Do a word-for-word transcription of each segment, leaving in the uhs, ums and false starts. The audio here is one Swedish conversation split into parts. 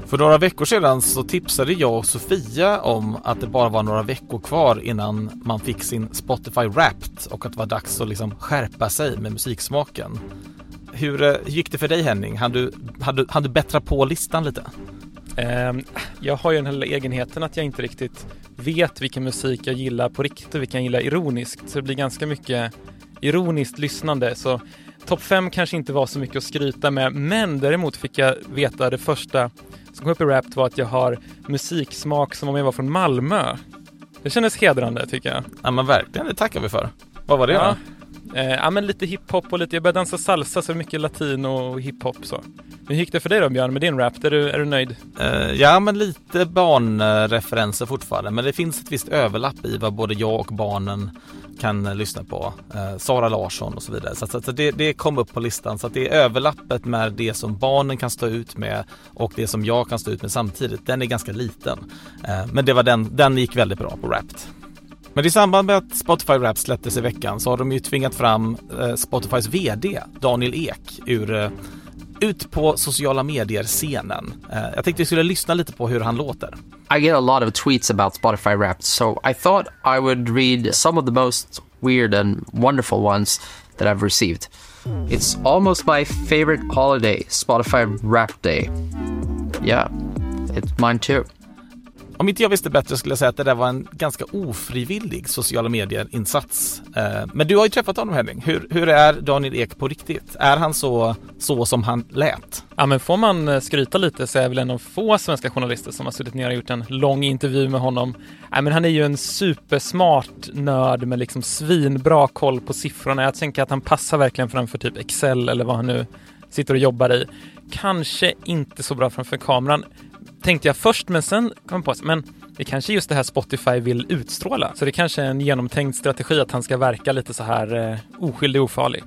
För några veckor sedan så tipsade jag och Sofia om att det bara var några veckor kvar innan man fick sin Spotify Wrapped och att det var dags att liksom skärpa sig med musiksmaken. Hur, hur gick det för dig, Henning? Hann du, hann du, hann du bättra på listan lite? Um, jag har ju den här egenheten att jag inte riktigt vet vilken musik jag gillar på riktigt och vilken jag gillar ironiskt. Så det blir ganska mycket ironiskt lyssnande. Så topp fem kanske inte var så mycket att skryta med. Men däremot fick jag veta det första som kom upp i Wrapped var att jag har musiksmak som om jag var från Malmö. Det kändes hedrande, tycker jag. Ja, men verkligen, det tackar vi för. Vad var det ja. då? Eh, ja, men lite hiphop och lite, jag började dansa salsa så mycket latino och hiphop så. Hur gick det för dig då, Björn, med din rap? Är du, är du nöjd? Uh, ja, men lite barnreferenser fortfarande. Men det finns ett visst överlapp i vad både jag och barnen kan uh, lyssna på. Uh, Sara Larsson och så vidare. Så, så, så det, det kom upp på listan. Så att det är överlappet med det som barnen kan stå ut med och det som jag kan stå ut med samtidigt. Den är ganska liten. Uh, men det var den, den gick väldigt bra på Wrapped. Men i samband med att Spotify Wrapped släpptes i veckan så har de ju tvingat fram uh, Spotifys vd Daniel Ek ur... Uh, ut på sociala medier-scenen. Uh, jag tänkte vi skulle lyssna lite på hur han låter. I get a lot of tweets about Spotify Wrapped, so I thought I would read some of the most weird and wonderful ones that I've received. It's almost my favorite holiday, Spotify Wrapped Day. Yeah, it's mine too. Om inte jag visste bättre skulle jag säga att det där var en ganska ofrivillig sociala medier-insats. Men du har ju träffat honom, Henning. Hur, hur är Daniel Ek på riktigt? Är han så, så som han lät? Ja, men får man skryta lite så är väl en av få svenska journalister som har suttit ner och gjort en lång intervju med honom. Ja, men han är ju en supersmart nörd med liksom svinbra koll på siffrorna. Jag tänker att han passar verkligen framför typ Excel eller vad han nu sitter och jobbar i. Kanske inte så bra framför kameran, tänkte jag först, men sen kom på men det kanske just det här Spotify vill utstråla. Så det kanske är en genomtänkt strategi att han ska verka lite så här eh, oskyldig och ofarlig.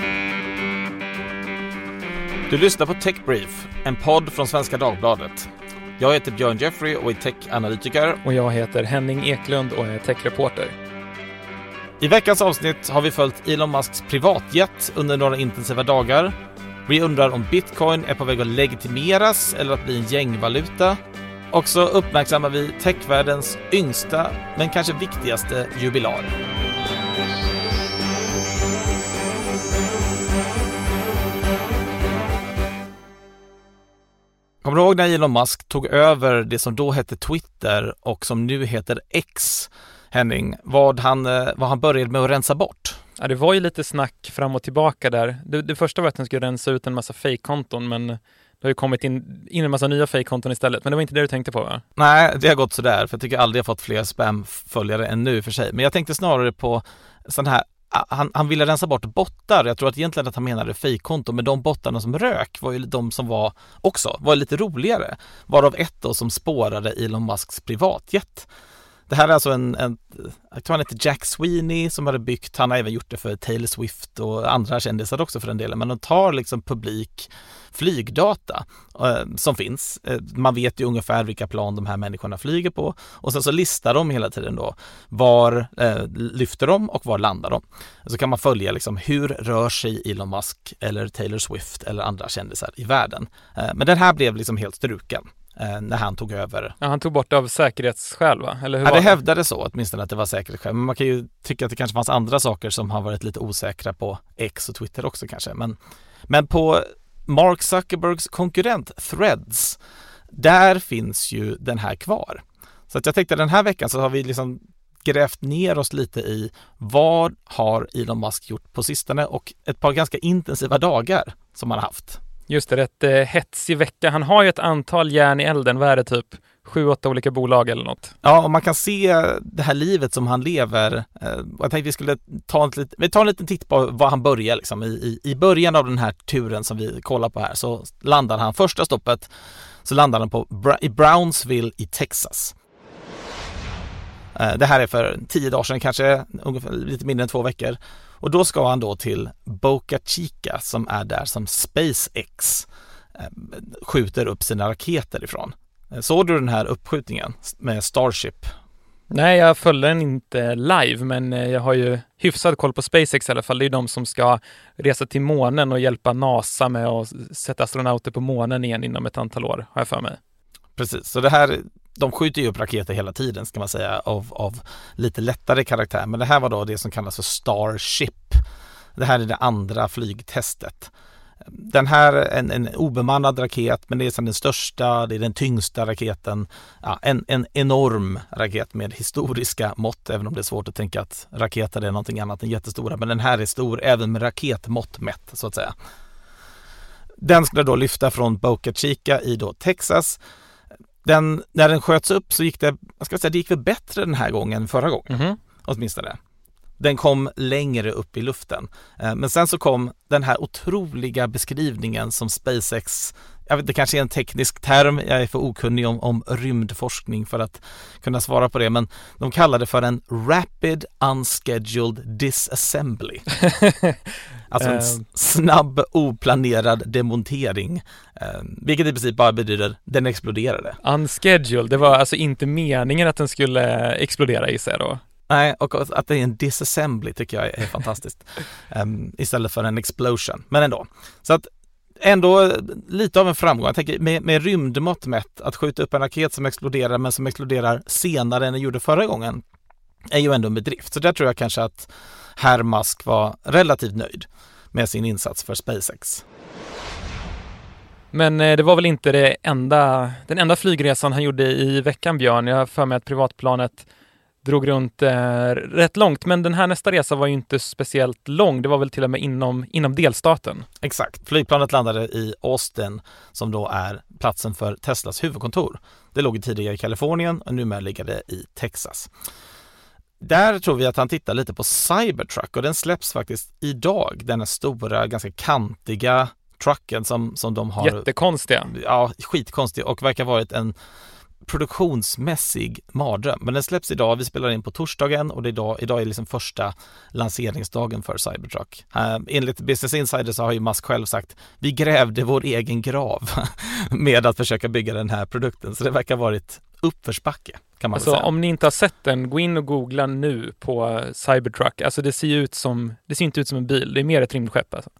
Du lyssnar på Tech Brief, en podd från Svenska Dagbladet. Jag heter Björn Jeffrey och är tech-analytiker. Och jag heter Henning Eklund och är tech-reporter. I veckans avsnitt har vi följt Elon Musks privatjet under några intensiva dagar. Vi undrar om Bitcoin är på väg att legitimeras eller att bli en gängvaluta. Och så uppmärksammar vi techvärldens yngsta men kanske viktigaste jubilar. Kommer du ihåg när Elon Musk tog över det som då hette Twitter och som nu heter X, Henning? Vad han, vad han började med att rensa bort? Ja, det var ju lite snack fram och tillbaka där. Det, det första var att den skulle rensa ut en massa fake-konton, men det har ju kommit in, in en massa nya fake-konton istället. Men det var inte det du tänkte på, va? Nej, det har gått sådär, för jag tycker aldrig jag fått fler spam-följare än nu för sig. Men jag tänkte snarare på sån här, han, han ville rensa bort bottar. Jag tror att egentligen att han menade fake-konton, men de bottarna som rök var ju de som var också var lite roligare. Varav ett då som spårade Elon Musks privatjet. Det här är alltså en, en jag tror han heter Jack Sweeney som hade byggt, han har även gjort det för Taylor Swift och andra kändisar också för den delen, men de tar liksom publik flygdata eh, som finns. Eh, man vet ju ungefär vilka plan de här människorna flyger på och sen så listar de hela tiden då var eh, lyfter de och var landar de. Så kan man följa liksom hur rör sig Elon Musk eller Taylor Swift eller andra kändisar i världen. Eh, men den här blev liksom helt struken när han tog över. Ja, han tog bort det av säkerhetsskäl, va? Eller hur ja, var det det? hävdade så, åtminstone att det var säkerhetsskäl. Men man kan ju tycka att det kanske fanns andra saker som har varit lite osäkra på X och Twitter också kanske. Men, men på Mark Zuckerbergs konkurrent Threads, där finns ju den här kvar. Så att jag tänkte att den här veckan så har vi liksom grävt ner oss lite i vad har Elon Musk gjort på sistone och ett par ganska intensiva dagar som han har haft. Just det, rätt eh, hetsig vecka. Han har ju ett antal järn i elden. Vad är det, typ sju, åtta olika bolag eller något? Ja, och man kan se det här livet som han lever. Eh, jag tänkte vi skulle ta en, lit- vi tar en liten titt på vad han börjar. Liksom. I, i, I början av den här turen som vi kollar på här så landar han, första stoppet, så landar han på Bra- i Brownsville i Texas. Eh, det här är för tio dagar sedan, kanske ungefär lite mindre än två veckor. Och då ska han då till Boca Chica som är där som SpaceX eh, skjuter upp sina raketer ifrån. Såg du den här uppskjutningen med Starship? Nej, jag följer den inte live, men jag har ju hyfsad koll på SpaceX i alla fall. Det är de som ska resa till månen och hjälpa NASA med att sätta astronauter på månen igen inom ett antal år, har jag för mig. precis. Så det här, de skjuter ju upp raketer hela tiden ska man säga av, av lite lättare karaktär. Men det här var då det som kallas för Starship. Det här är det andra flygtestet. Den här är en, en obemannad raket, men det är som den största, det är den tyngsta raketen. Ja, en, en enorm raket med historiska mått, även om det är svårt att tänka att raketer är någonting annat än jättestora. Men den här är stor även med raketmått mätt så att säga. Den skulle då lyfta från Boca Chica i då Texas. Den, när den sköts upp så gick det, jag ska säga, det gick väl bättre den här gången förra gången. Mm-hmm. Åtminstone. Den kom längre upp i luften. Men sen så kom den här otroliga beskrivningen som SpaceX, jag vet, det kanske är en teknisk term, jag är för okunnig om, om rymdforskning för att kunna svara på det, men de kallar det för en Rapid Unscheduled Disassembly. Alltså en snabb, oplanerad demontering. Vilket i princip bara betyder den exploderade. Unscheduled, det var alltså inte meningen att den skulle explodera i sig då? Nej, och att det är en disassembly tycker jag är fantastiskt. um, istället för en explosion. Men ändå. Så att ändå lite av en framgång. Jag tänker med, med rymdmått mätt, att skjuta upp en raket som exploderar men som exploderar senare än den gjorde förra gången är ju ändå en bedrift. Så där tror jag kanske att herr Musk var relativt nöjd med sin insats för SpaceX. Men det var väl inte det enda, den enda flygresan han gjorde i veckan, Björn. Jag har för mig att privatplanet drog runt eh, rätt långt, men den här nästa resa var ju inte speciellt lång. Det var väl till och med inom, inom delstaten. Exakt. Flygplanet landade i Austin som då är platsen för Teslas huvudkontor. Det låg tidigare i Kalifornien och numera ligger det i Texas. Där tror vi att han tittar lite på Cybertruck och den släpps faktiskt idag. Den här stora, ganska kantiga trucken som, som de har. Jättekonstiga. Ja, skitkonstig och verkar ha varit en produktionsmässig mardröm. Men den släpps idag, vi spelar in på torsdagen och det är idag, idag är liksom första lanseringsdagen för Cybertruck. Uh, enligt Business Insider så har ju Musk själv sagt vi grävde vår egen grav med att försöka bygga den här produkten. Så det verkar ha varit uppförsbacke kan man alltså, säga. Om ni inte har sett den, gå in och googla nu på Cybertruck. Alltså det ser ju ut som, det ser inte ut som en bil, det är mer ett rymdskepp alltså.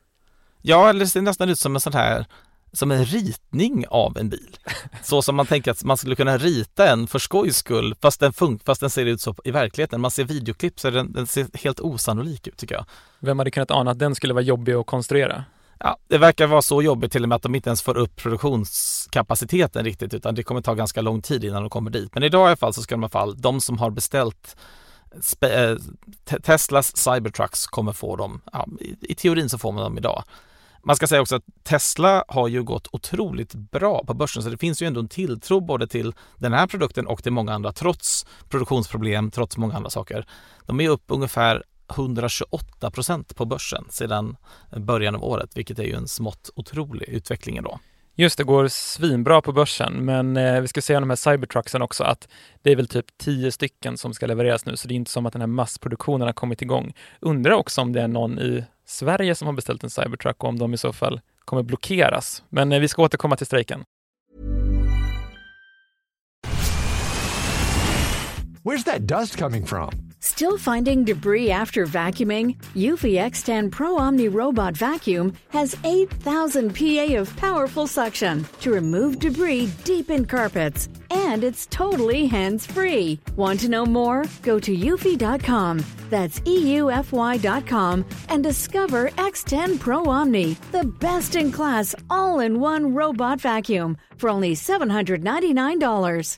Ja, eller det ser nästan ut som en sån här som en ritning av en bil. Så som man tänker att man skulle kunna rita en för skojs skull, fast den, fun- fast den ser ut så i verkligheten. Man ser videoklipp så den, den ser helt osannolik ut tycker jag. Vem hade kunnat ana att den skulle vara jobbig att konstruera? Ja, det verkar vara så jobbigt till och med att de inte ens får upp produktionskapaciteten riktigt, utan det kommer ta ganska lång tid innan de kommer dit. Men idag i alla fall så ska de i alla fall, de som har beställt spe- äh, Teslas Cybertrucks kommer få dem, ja, i, i teorin så får man dem idag. Man ska säga också att Tesla har ju gått otroligt bra på börsen, så det finns ju ändå en tilltro både till den här produkten och till många andra, trots produktionsproblem, trots många andra saker. De är upp ungefär hundratjugoåtta procent på börsen sedan början av året, vilket är ju en smått otrolig utveckling då. Just det, går svinbra på börsen, men eh, vi ska se om de här Cybertrucksen också att det är väl typ tio stycken som ska levereras nu, så det är inte som att den här massproduktionen har kommit igång. Undrar också om det är någon i Sverige som har beställt en Cybertruck och om de i så fall kommer blockeras. Men eh, vi ska återkomma till strejken. Where's that dust coming from? Still finding debris after vacuuming? Eufy X ten Pro Omni Robot Vacuum has eight thousand P A of powerful suction to remove debris deep in carpets. And it's totally hands-free. Want to know more? Go to eufy dot com. That's E U F Y dot com and discover X ten Pro Omni, the best-in-class all-in-one robot vacuum for only seven hundred ninety-nine dollars.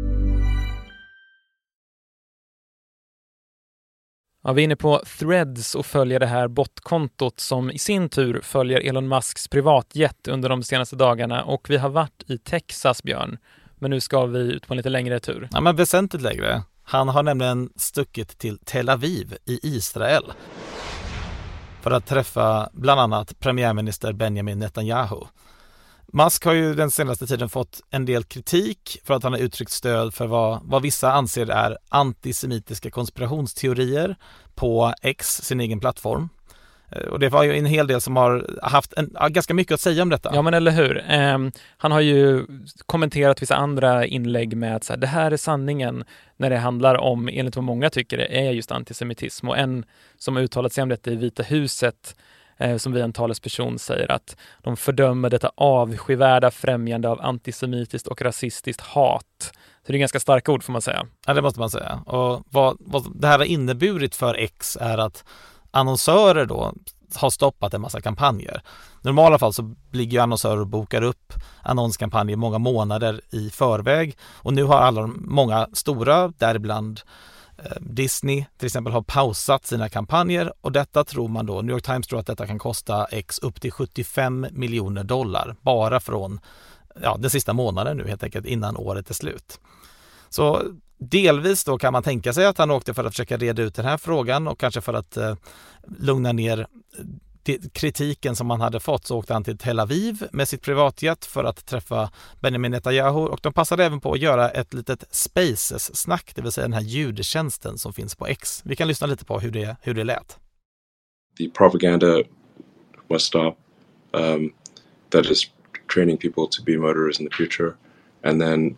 Ja, vi är inne på Threads och följer det här botkontot som i sin tur följer Elon Musks privatjet under de senaste dagarna, och vi har varit i Texas, Björn. Men nu ska vi ut på en lite längre tur. Ja, men väsentligt längre. Han har nämligen stuckit till Tel Aviv i Israel för att träffa bland annat premiärminister Benjamin Netanyahu. Musk har ju den senaste tiden fått en del kritik för att han har uttryckt stöd för vad, vad vissa anser är antisemitiska konspirationsteorier på X, sin egen plattform. Och det var ju en hel del som har haft en, ganska mycket att säga om detta. Ja, men eller hur? Eh, han har ju kommenterat vissa andra inlägg med att så här, det här är sanningen när det handlar om, enligt vad många tycker det är just antisemitism. Och en som har uttalat sig om detta i Vita huset eh, som via en talesperson säger att de fördömer detta avskyvärda främjande av antisemitiskt och rasistiskt hat. Så det är ganska starka ord får man säga. Ja, det måste man säga. Och vad, vad det här har inneburit för X är att annonsörer då har stoppat en massa kampanjer. I normala fall så ligger ju annonsörer och bokar upp annonskampanjer många månader i förväg. Och nu har alla de, många stora, däribland eh, Disney till exempel, har pausat sina kampanjer. Och detta tror man då, New York Times tror att detta kan kosta X upp till sjuttiofem miljoner dollar bara från ja, den sista månaden nu helt enkelt innan året är slut. Så delvis då kan man tänka sig att han åkte för att försöka reda ut den här frågan och kanske för att eh, lugna ner kritiken som man hade fått, så åkte han till Tel Aviv med sitt privatjet för att träffa Benjamin Netanyahu, och de passade även på att göra ett litet Spaces-snack, det vill säga den här ljudtjänsten som finns på X. Vi kan lyssna lite på hur det, hur det lät. The propaganda must stop um, that is training people to be murderers in the future, and then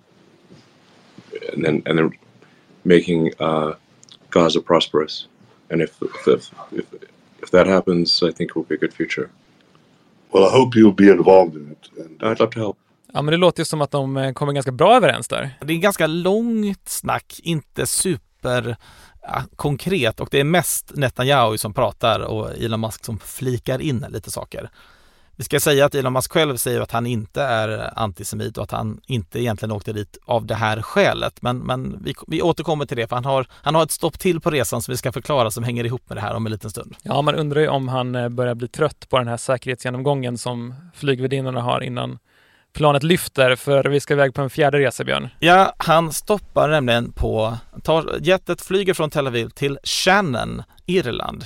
and then and then making uh, Gaza prosperous. And if if if if that happens, I think it will be a good future. Well, I hope you'll be involved in it. And I'd love to help. Ja, men det låter ju som att de kommer ganska bra överens där. Det är ganska långt snack, inte super ja, konkret, och det är mest Netanyahu som pratar och Elon Musk som flikar in lite saker. Vi ska säga att Elon Musk själv säger att han inte är antisemit och att han inte egentligen åkte dit av det här skälet. Men, men vi, vi återkommer till det, för han har, han har ett stopp till på resan som vi ska förklara som hänger ihop med det här om en liten stund. Ja, man undrar ju om han börjar bli trött på den här säkerhetsgenomgången som flygvärdinnorna har innan planet lyfter, för vi ska iväg på en fjärde resa, Björn. Ja, han stoppar nämligen på, tar, jetet flyger från Tel Aviv till Shannon, Irland.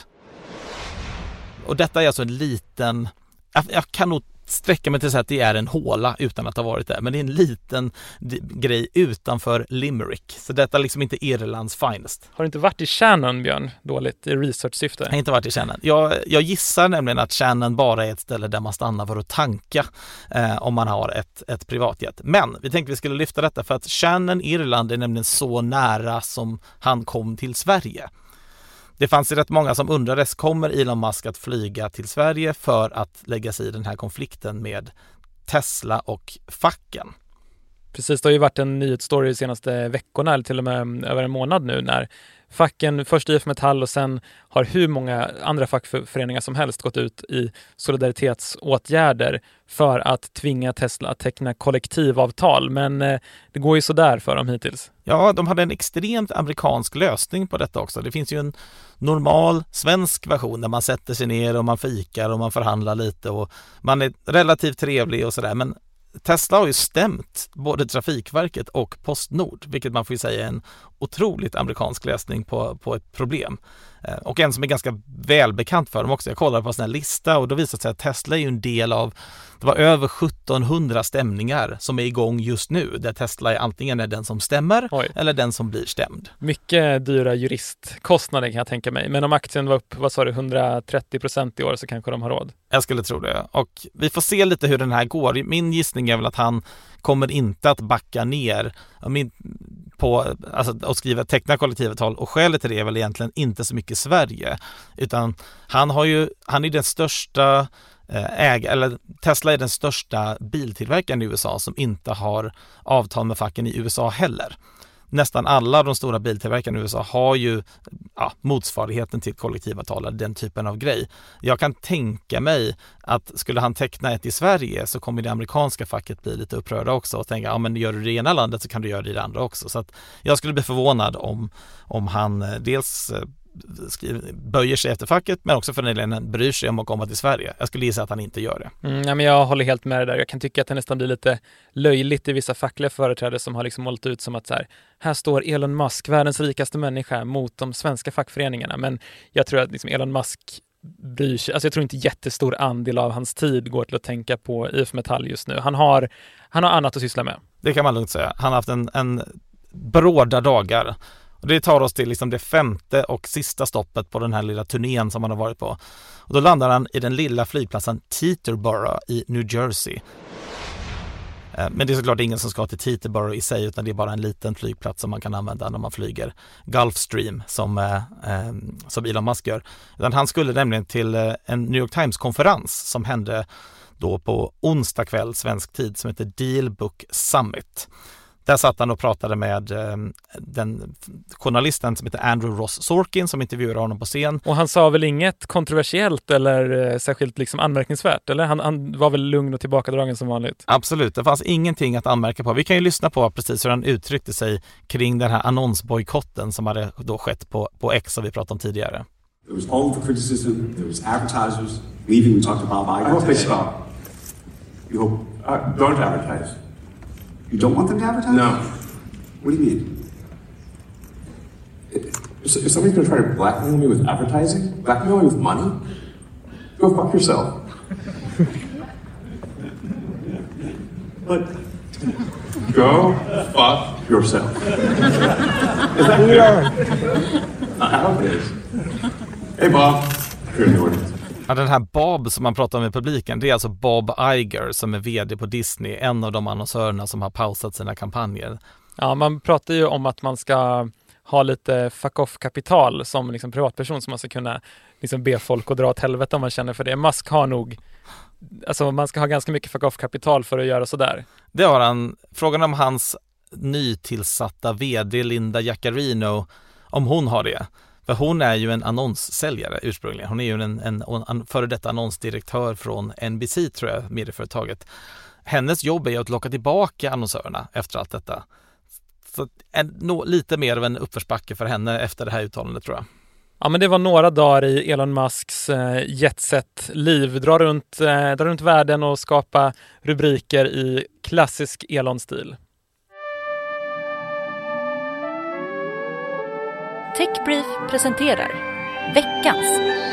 Och detta är alltså en liten... Jag, jag kan nog sträcka mig till att säga att det är en håla utan att ha varit där. Men det är en liten d- grej utanför Limerick. Så detta är liksom inte Irlands finest. Har du inte varit i Shannon, Björn? Dåligt i research-syfte. Jag har inte varit i Shannon. Jag, jag gissar nämligen att Shannon bara är ett ställe där man stannar för att tanka eh, om man har ett, ett privatjet. Men vi tänkte vi skulle lyfta detta för att Shannon, Irland är nämligen så nära som han kom till Sverige. Det fanns ju rätt många som undrade, kommer Elon Musk att flyga till Sverige för att lägga sig i den här konflikten med Tesla och facken? Precis, det har ju varit en nyhetsstory de senaste veckorna, eller till och med över en månad nu, när facken, först I F Metall och sen har hur många andra fackföreningar som helst gått ut i solidaritetsåtgärder för att tvinga Tesla att teckna kollektivavtal. Men eh, det går ju så där för dem hittills. Ja, de hade en extremt amerikansk lösning på detta också. Det finns ju en normal svensk version där man sätter sig ner och man fikar och man förhandlar lite och man är relativt trevlig och sådär. Men Tesla har ju stämt både Trafikverket och Postnord, vilket man får ju säga är en otroligt amerikansk lösning på, på ett problem. Och en som är ganska välbekant för dem också. Jag kollade på en sån här lista och då visade det sig att Tesla är ju en del av, det var över sjuttonhundra stämningar som är igång just nu, där Tesla är antingen är den som stämmer Oj. eller den som blir stämd. Mycket dyra juristkostnader kan jag tänka mig. Men om aktien var upp, vad sa du, hundratrettio procent i år, så kanske de har råd. Jag skulle tro det. Och vi får se lite hur den här går. Min gissning är väl att han kommer inte att backa ner på alltså, att skriva teckna kollektivavtal, och skälet till det är väl egentligen inte så mycket Sverige, utan han har ju han är den största äg eller Tesla är den största biltillverkaren i U S A som inte har avtal med facken i U S A heller. Nästan alla de stora biltillverkarna i U S A har ju ja, motsvarigheten till kollektivavtal, den typen av grej. Jag kan tänka mig att skulle han teckna ett i Sverige så kommer det amerikanska facket bli lite upprörda också och tänka, ja men gör du det i ena landet så kan du göra det i det andra också. Så att jag skulle bli förvånad om, om han dels skriver, böjer sig efter facket, men också för den delen bryr sig om att komma till Sverige. Jag skulle gissa att han inte gör det. Mm, ja, men jag håller helt med dig där. Jag kan tycka att det nästan blir lite löjligt i vissa fackliga företrädare som har liksom målat ut som att så här, här står Elon Musk, världens rikaste människa, mot de svenska fackföreningarna. Men jag tror att liksom Elon Musk bryr sig, alltså jag tror inte jättestor andel av hans tid går till att tänka på I F Metall just nu. Han har, han har annat att syssla med. Det kan man lugnt säga. Han har haft en, en bråda dagar. Och det tar oss till liksom det femte och sista stoppet på den här lilla turnén som han har varit på. Och då landar han i den lilla flygplatsen Teterboro i New Jersey. Men det är såklart ingen som ska till Teterboro i sig, utan det är bara en liten flygplats som man kan använda när man flyger Gulfstream som, eh, som Elon Musk gör. Utan han skulle nämligen till en New York Times-konferens som hände då på onsdag kväll svensk tid som heter Dealbook Summit. Där satt han och pratade med eh, den journalisten som heter Andrew Ross Sorkin som intervjuade honom på scen. Och han sa väl inget kontroversiellt eller eh, särskilt liksom anmärkningsvärt? Eller han, han var väl lugn och tillbakadragen som vanligt? Absolut, det fanns ingenting att anmärka på. Vi kan ju lyssna på precis hur han uttryckte sig kring den här annonsbojkotten som hade då skett på, på X som vi pratade om tidigare. There was all for criticism, there was advertisers leaving. We talked about Bob Iger. Stop. You hope, uh, don't advertise. You don't want them to advertise? No. What do you mean? Is, is somebody going to try to blackmail me with advertising? Blackmail me with money? Go fuck yourself. But go fuck yourself. Is that clear? How it is. Hey Bob. You're in the audience. Ja, den här Bob som man pratar om i publiken, det är alltså Bob Iger som är vd på Disney, en av de annonsörerna som har pausat sina kampanjer. Ja, man pratar ju om att man ska ha lite fuck-off-kapital som liksom privatperson som man ska kunna liksom be folk att dra åt helvete om man känner för det. Musk har nog, alltså man ska ha ganska mycket fuck-off-kapital för att göra sådär. Det har han. Frågan om hans nytillsatta vd Linda Yaccarino, om hon har det. För hon är ju en annonssäljare ursprungligen. Hon är ju en, en, en före detta annonsdirektör från N B C, tror jag, medieföretaget. Hennes jobb är att locka tillbaka annonsörerna efter allt detta. Så en, no, lite mer av en uppförsbacke för henne efter det här uttalandet, tror jag. Ja, men det var några dagar i Elon Musks eh, jetset-liv. Dra runt, eh, dra runt världen och skapa rubriker i klassisk Elon-stil. Techbrief presenterar veckans.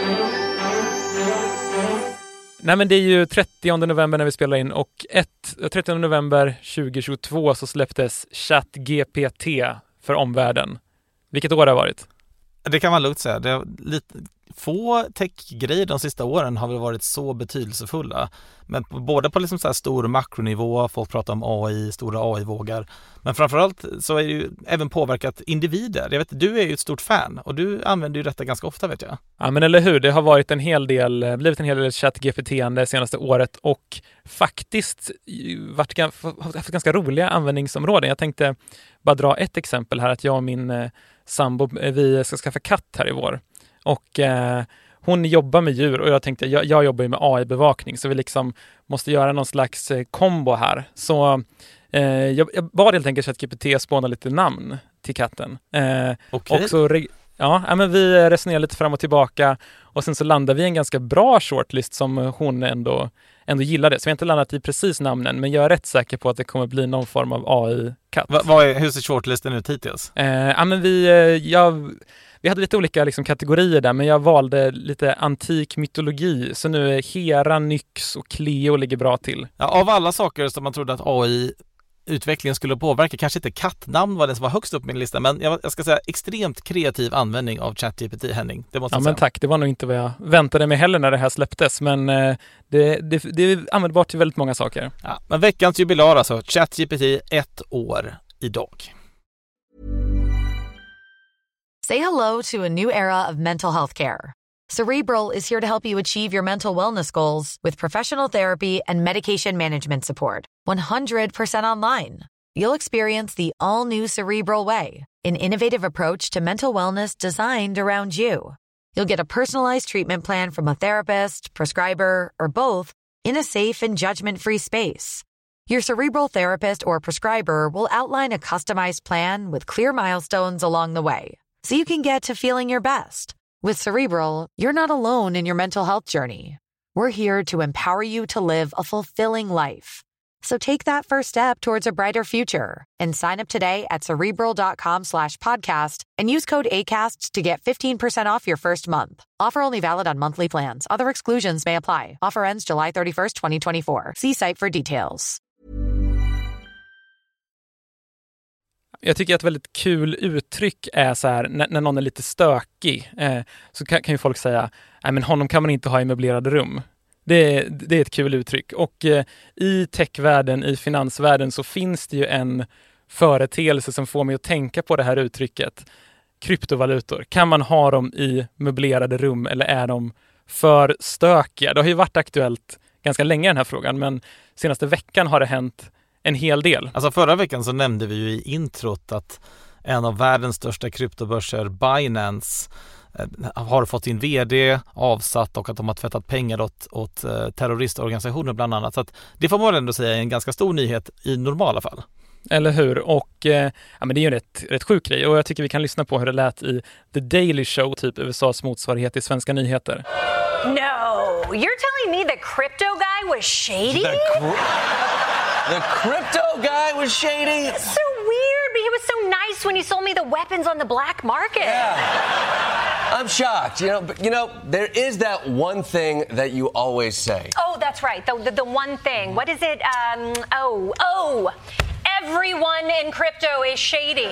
Nej, men det är ju trettionde november när vi spelar in och ett, trettionde november tjugohundratjugotvå så släpptes ChatGPT för omvärlden. Vilket år det har varit? Det kan man lugnt säga. Det är lite, få techgrejer de sista åren har väl varit så betydelsefulla. Men på, både på liksom så här stor makronivå, folk pratar om A I, stora A I-vågar. Men framförallt så är det ju även påverkat individer. Jag vet, du är ju ett stort fan och du använder ju detta ganska ofta, vet jag. Ja, men eller hur? Det har varit en hel del, blivit en hel del ChatGPT det senaste året och faktiskt varit, haft ganska roliga användningsområden. Jag tänkte bara dra ett exempel här, att jag och min eh, sambo, vi ska skaffa katt här i vår. Och eh, hon jobbar med djur och jag tänkte, jag, jag jobbar ju med A I-bevakning så vi liksom måste göra någon slags eh, kombo här. Så eh, jag, jag bad helt enkelt ChatGPT spåna lite namn till katten. Eh, Okej. och så, ja, men vi resonerar lite fram och tillbaka och sen så landar vi i en ganska bra shortlist som hon ändå, ändå gillade. Så vi har inte landat i precis namnen, men jag är rätt säker på att det kommer bli någon form av A I-katt. Va, vad är, hur ser shortlisten ut hittills? Eh, ja, men vi... Jag, Vi hade lite olika liksom, kategorier där, men jag valde lite antik mytologi. Så nu är Hera, Nyx och Cleo ligger bra till. Ja, av alla saker som man trodde att A I-utvecklingen skulle påverka, kanske inte kattnamn var det som var högst upp på min lista, men jag, jag ska säga extremt kreativ användning av ChatGPT, Henning. Det måste ja, jag men säga. tack. Det var nog inte vad jag väntade mig heller när det här släpptes, men eh, det, det, det är användbart till väldigt många saker. Ja, men veckans jubilar alltså, ChatGPT ett år idag. Say hello to a new era of mental health care. Cerebral is here to help you achieve your mental wellness goals with professional therapy and medication management support. one hundred percent online. You'll experience the all-new Cerebral Way, an innovative approach to mental wellness designed around you. You'll get a personalized treatment plan from a therapist, prescriber, or both in a safe and judgment-free space. Your Cerebral therapist or prescriber will outline a customized plan with clear milestones along the way, so you can get to feeling your best. With Cerebral, you're not alone in your mental health journey. We're here to empower you to live a fulfilling life. So take that first step towards a brighter future and sign up today at Cerebral.com slash podcast and use code ACAST to get fifteen percent off your first month. Offer only valid on monthly plans. Other exclusions may apply. Offer ends July thirty-first, twenty twenty-four. See site for details. Jag tycker att ett väldigt kul uttryck är så här, när, när någon är lite stökig eh, så kan, kan ju folk säga, nej men honom kan man inte ha i möblerade rum. Det, det är ett kul uttryck. Och eh, i techvärlden, i finansvärlden så finns det ju en företeelse som får mig att tänka på det här uttrycket. Kryptovalutor. Kan man ha dem i möblerade rum eller är de för stökiga? Det har ju varit aktuellt ganska länge den här frågan, men senaste veckan har det hänt en hel del. Alltså förra veckan så nämnde vi ju i introt att en av världens största kryptobörser, Binance, har fått sin vd avsatt och att de har tvättat pengar åt, åt terroristorganisationer bland annat. Så att det får man ändå säga är en ganska stor nyhet i normala fall. Eller hur? Och eh, ja, men det är ju en rätt, rätt sjuk grej. Och jag tycker vi kan lyssna på hur det lät i The Daily Show, typ U S A:s motsvarighet i Svenska nyheter. No, you're telling me the crypto guy was shady? The, cr- the crypto guy was shady? That's so weird, but he was so nice when he sold me the weapons on the black market. Yeah. I'm shocked. You know, but you know, there is that one thing that you always say. Oh, that's right. The, the, the one thing. What is it? Um, oh, oh. Everyone in crypto is shady.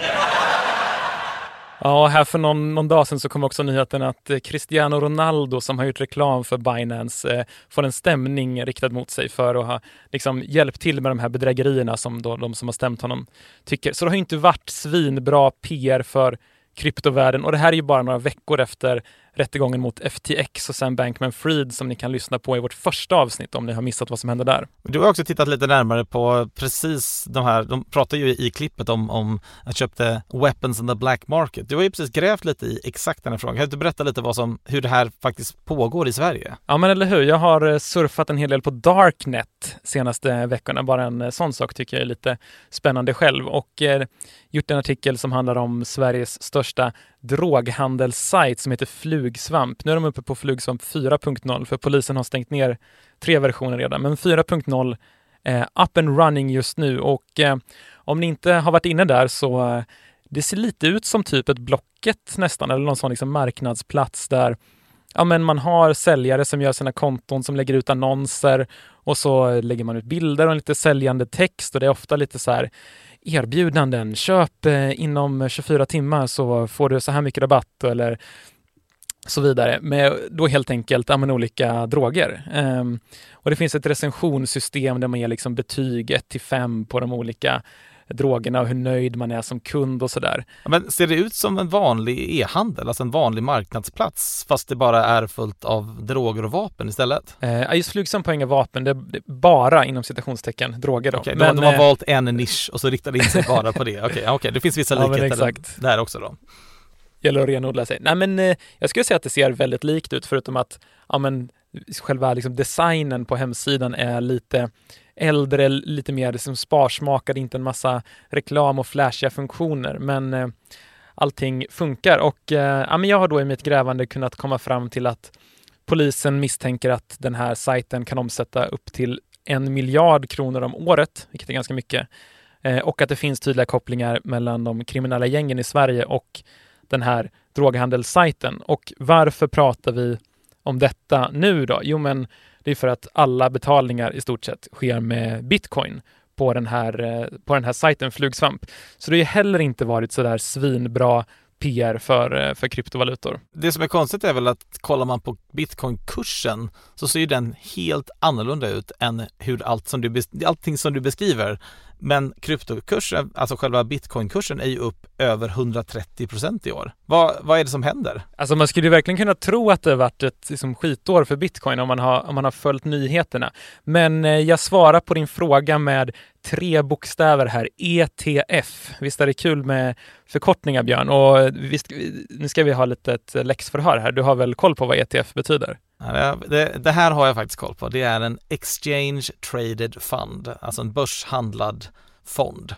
Ja, här för någon, någon dag sedan så kom också nyheten att Cristiano Ronaldo, som har gjort reklam för Binance, eh, får en stämning riktad mot sig för att ha liksom hjälpt till med de här bedrägerierna som då, de som har stämt honom tycker. Så det har ju inte varit svinbra P R för kryptovärlden, och det här är ju bara några veckor efter rättegången mot F T X och Sam Bankman-Fried som ni kan lyssna på i vårt första avsnitt om ni har missat vad som hände där. Du har också tittat lite närmare på precis de här, de pratar ju i klippet om, om att köpte weapons in the black market. Du har ju precis grävt lite i exakt den här frågan. Kan du berätta lite vad som, hur det här faktiskt pågår i Sverige? Ja, men eller hur? Jag har surfat en hel del på Darknet senaste veckorna. Bara en sån sak tycker jag är lite spännande själv, och eh, gjort en artikel som handlar om Sveriges största droghandelssajt som heter Flugsvamp. Nu är de uppe på Flugsvamp fyra punkt noll, för polisen har stängt ner tre versioner redan. Men fyra punkt noll är up and running just nu, och eh, om ni inte har varit inne där så eh, det ser lite ut som typ ett Blocket nästan, eller någon sån liksom marknadsplats där ja, men man har säljare som gör sina konton, som lägger ut annonser, och så lägger man ut bilder och lite säljande text, och det är ofta lite så här erbjudanden. Köp eh, inom tjugofyra timmar så får du så här mycket rabatt eller så vidare. Med då helt enkelt ja, men olika droger. Um, och det finns ett recensionssystem där man ger liksom betyg ett till fem på de olika drogerna och hur nöjd man är som kund och sådär. Men ser det ut som en vanlig e-handel, alltså en vanlig marknadsplats, fast det bara är fullt av droger och vapen istället? Eh, just Flugsvamp har inga vapen, det är bara inom citationstecken droger då. Okay, men de, de har eh, valt en nisch och så riktar det in sig bara på det. Okej, okay, okay, det finns vissa likheter ja, där också då. Gäller att renodla sig. Nej, men eh, jag skulle säga att det ser väldigt likt ut, förutom att ja, men, själva liksom, designen på hemsidan är lite äldre, lite mer liksom, sparsmakad, inte en massa reklam och flashiga funktioner, men eh, allting funkar. Och eh, ja, men jag har då i mitt grävande kunnat komma fram till att polisen misstänker att den här sajten kan omsätta upp till en miljard kronor om året, vilket är ganska mycket, eh, och att det finns tydliga kopplingar mellan de kriminella gängen i Sverige och den här droghandelssajten. Och varför pratar vi om detta nu då? Jo, men det är för att alla betalningar i stort sett sker med bitcoin på den här, på den här sajten Flugsvamp. Så det har ju heller inte varit så där svinbra P R för, för kryptovalutor. Det som är konstigt är väl att kollar man på bitcoinkursen så ser ju den helt annorlunda ut än hur allt som du, allting som du beskriver. Men kryptokursen, alltså själva bitcoinkursen, är ju upp över hundratrettio procent i år. Vad, vad är det som händer? Alltså man skulle ju verkligen kunna tro att det har varit ett liksom, skitår för bitcoin om man har, om man har följt nyheterna. Men eh, jag svarar på din fråga med tre bokstäver här. E T F. Visst är det kul med förkortningar, Björn? Och visst, nu ska vi ha lite ett läxförhör här. Du har väl koll på vad E T F betyder? Ja, det, det här har jag faktiskt koll på. Det är en Exchange Traded Fund, alltså en börshandlad fond.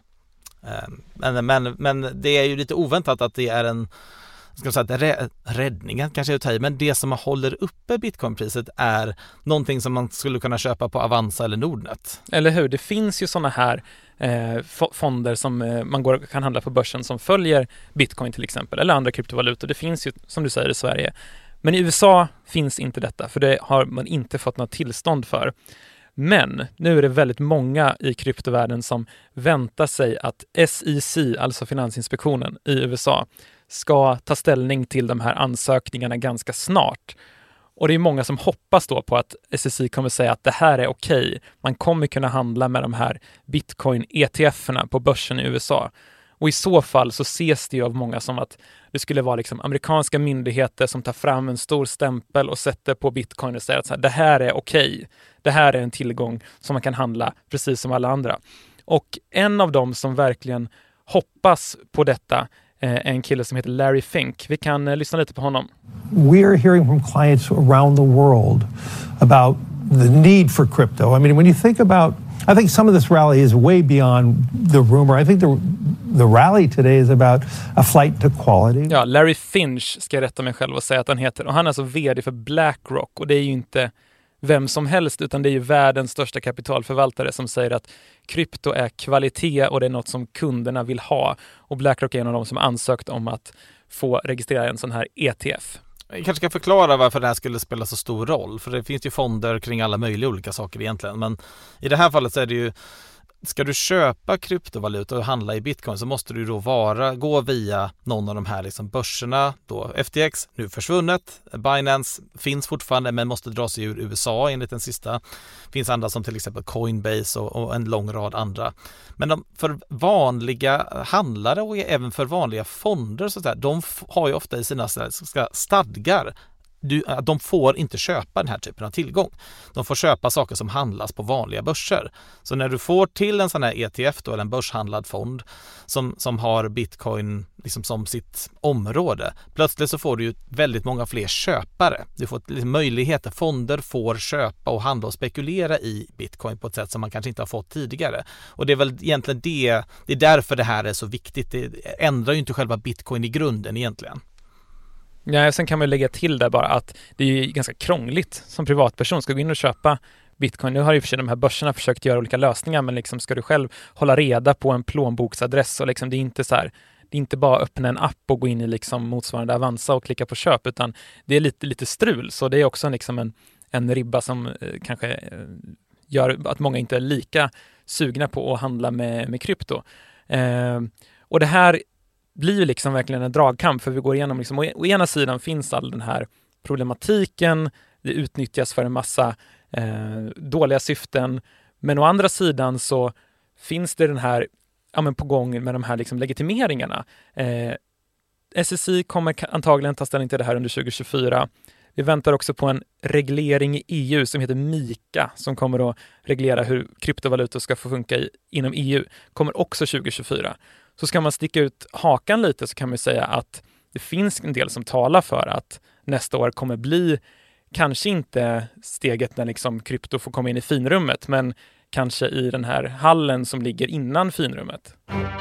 Men, men, men det är ju lite oväntat att det är en, ska man säga, räddningen kanske är att men det som håller uppe bitcoinpriset är någonting som man skulle kunna köpa på Avanza eller Nordnet. Eller hur? Det finns ju sådana här eh, fonder som eh, man går, kan handla på börsen som följer bitcoin till exempel, eller andra kryptovalutor. Det finns ju, som du säger, i Sverige. Men i U S A finns inte detta, för det har man inte fått något tillstånd för. Men nu är det väldigt många i kryptovärlden som väntar sig att S E C, alltså Finansinspektionen i U S A, ska ta ställning till de här ansökningarna ganska snart. Och det är många som hoppas då på att S E C kommer säga att det här är okej. Man kommer kunna handla med de här bitcoin-E T F-erna på börsen i U S A. Och i så fall så ses det ju av många som att det skulle vara liksom amerikanska myndigheter som tar fram en stor stämpel och sätter på bitcoin och säger att så här, det här är okej. Det här är en tillgång som man kan handla precis som alla andra. Och en av dem som verkligen hoppas på detta är en kille som heter Larry Fink. Vi kan eh, lyssna lite på honom. We are hearing from clients around the world about the need for crypto. I mean, when you think about, I think some of this rally is way beyond the rumor. I think the the rally today is about a flight to quality. Ja, Larry Finch ska jag rätta mig själv och säga att han heter. Och han är alltså vd för BlackRock. Och det är ju inte vem som helst, utan det är ju världens största kapitalförvaltare som säger att krypto är kvalitet och det är något som kunderna vill ha. Och BlackRock är en av de som ansökt om att få registrera en sån här E T F. Jag kanske ska förklara varför det här skulle spela så stor roll. För det finns ju fonder kring alla möjliga olika saker egentligen. Men i det här fallet så är det ju, ska du köpa kryptovaluta och handla i bitcoin så måste du då vara, gå via någon av de här liksom börserna. Då F T X, nu försvunnet. Binance finns fortfarande men måste dra sig ur U S A enligt den sista. Finns andra som till exempel Coinbase och, och en lång rad andra. Men de, för vanliga handlare och även för vanliga fonder så där, de f- har ju ofta i sina stadgar Du, de får inte köpa den här typen av tillgång. De får köpa saker som handlas på vanliga börser. Så när du får till en sån här E T F då, eller en börshandlad fond som, som har bitcoin liksom som sitt område, plötsligt så får du ju väldigt många fler köpare. Du får liksom möjligheter, fonder får köpa och handla och spekulera i bitcoin på ett sätt som man kanske inte har fått tidigare. Och det är väl egentligen det, det är därför det här är så viktigt. Det ändrar ju inte själva bitcoin i grunden egentligen. Ja, sen kan man lägga till där bara att det är ganska krångligt som privatperson. Ska gå in och köpa bitcoin. Nu har ju för sig de här börserna försökt göra olika lösningar, men liksom ska du själv hålla reda på en plånboksadress och liksom det är inte så här, det är inte bara öppna en app och gå in i liksom motsvarande Avanza och klicka på köp, utan det är lite, lite strul. Så det är också liksom en, en ribba som eh, kanske eh, gör att många inte är lika sugna på att handla med, med krypto. Eh, och det här blir ju liksom verkligen en dragkamp, för vi går igenom liksom, å ena sidan finns all den här problematiken, det utnyttjas för en massa eh, dåliga syften, men å andra sidan så finns det den här, ja men på gång med de här liksom legitimeringarna. Eh, S E C kommer antagligen ta ställning till det här under tjugo tjugofyra. Vi väntar också på en reglering i E U som heter MiCA som kommer att reglera hur kryptovalutor ska få funka i, inom E U. Kommer också tjugo tjugofyra. Så ska man sticka ut hakan lite så kan man säga att det finns en del som talar för att nästa år kommer bli kanske inte steget när liksom krypto får komma in i finrummet, men kanske i den här hallen som ligger innan finrummet.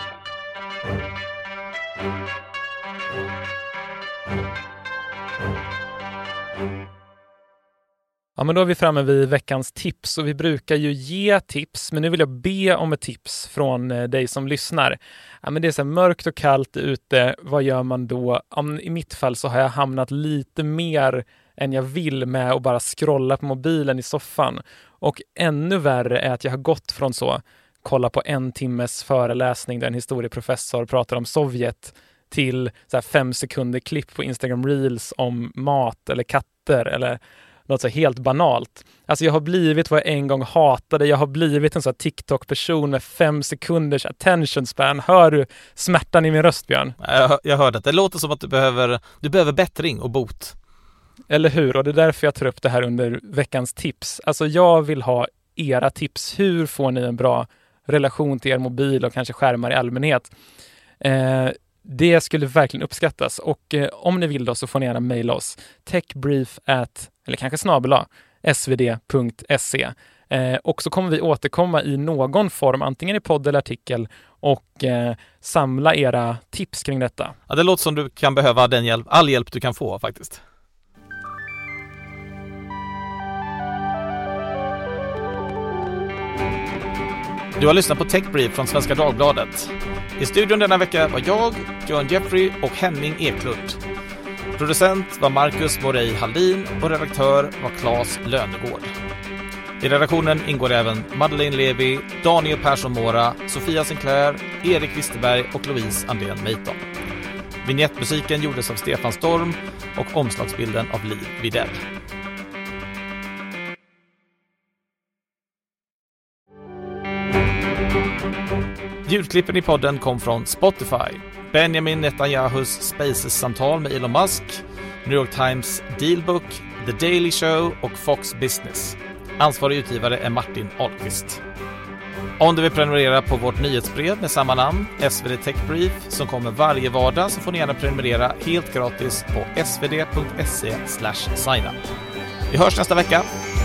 Ja, men då är vi framme vid veckans tips och vi brukar ju ge tips, men nu vill jag be om ett tips från dig som lyssnar. Ja, men det är så här mörkt och kallt ute, vad gör man då? Ja, i mitt fall så har jag hamnat lite mer än jag vill med att bara scrolla på mobilen i soffan. Och ännu värre är att jag har gått från så, kolla på en timmes föreläsning där en historieprofessor pratar om Sovjet till så här fem sekunder klipp på Instagram Reels om mat eller katter eller något så helt banalt. Alltså jag har blivit vad jag en gång hatade. Jag har blivit en sån här TikTok-person med fem sekunders attention span. Hör du smärtan i min röst, Björn? Jag, jag hörde att det låter som att du behöver, du behöver bättring och bot. Eller hur? Och det är därför jag tar upp det här under veckans tips. Alltså jag vill ha era tips. Hur får ni en bra relation till er mobil och kanske skärmar i allmänhet? Eh, det skulle verkligen uppskattas. Och eh, om ni vill då så får ni gärna mejla oss. techbrief at eller kanske snabel-a svd punkt se. Eh, och så kommer vi återkomma i någon form, antingen i podd eller artikel, och eh, samla era tips kring detta. Ja, det låter som du kan behöva den hjälp, all hjälp du kan få faktiskt. Du har lyssnat på Techbrief från Svenska Dagbladet. I studion denna vecka var jag, John Jeffrey och Henning Eklund. Producent var Marcus Borei Haldin och redaktör var Claes Lönegård. I redaktionen ingår även Madeleine Levi, Daniel Persson Mora, Sofia Sinclair, Erik Wisterberg och Louise Andén Meiton. Vignettmusiken gjordes av Stefan Storm och omslagsbilden av Liv Videll. Ljudklippen i podden kom från Spotify. Benjamin Netanyahus Spaces-samtal med Elon Musk, New York Times Dealbook, The Daily Show och Fox Business. Ansvarig utgivare är Martin Ahlqvist. Om du vill prenumerera på vårt nyhetsbrev med samma namn, S V D Tech Brief, som kommer varje vardag, så får ni gärna prenumerera helt gratis på svd punkt se slash signup. Vi hörs nästa vecka.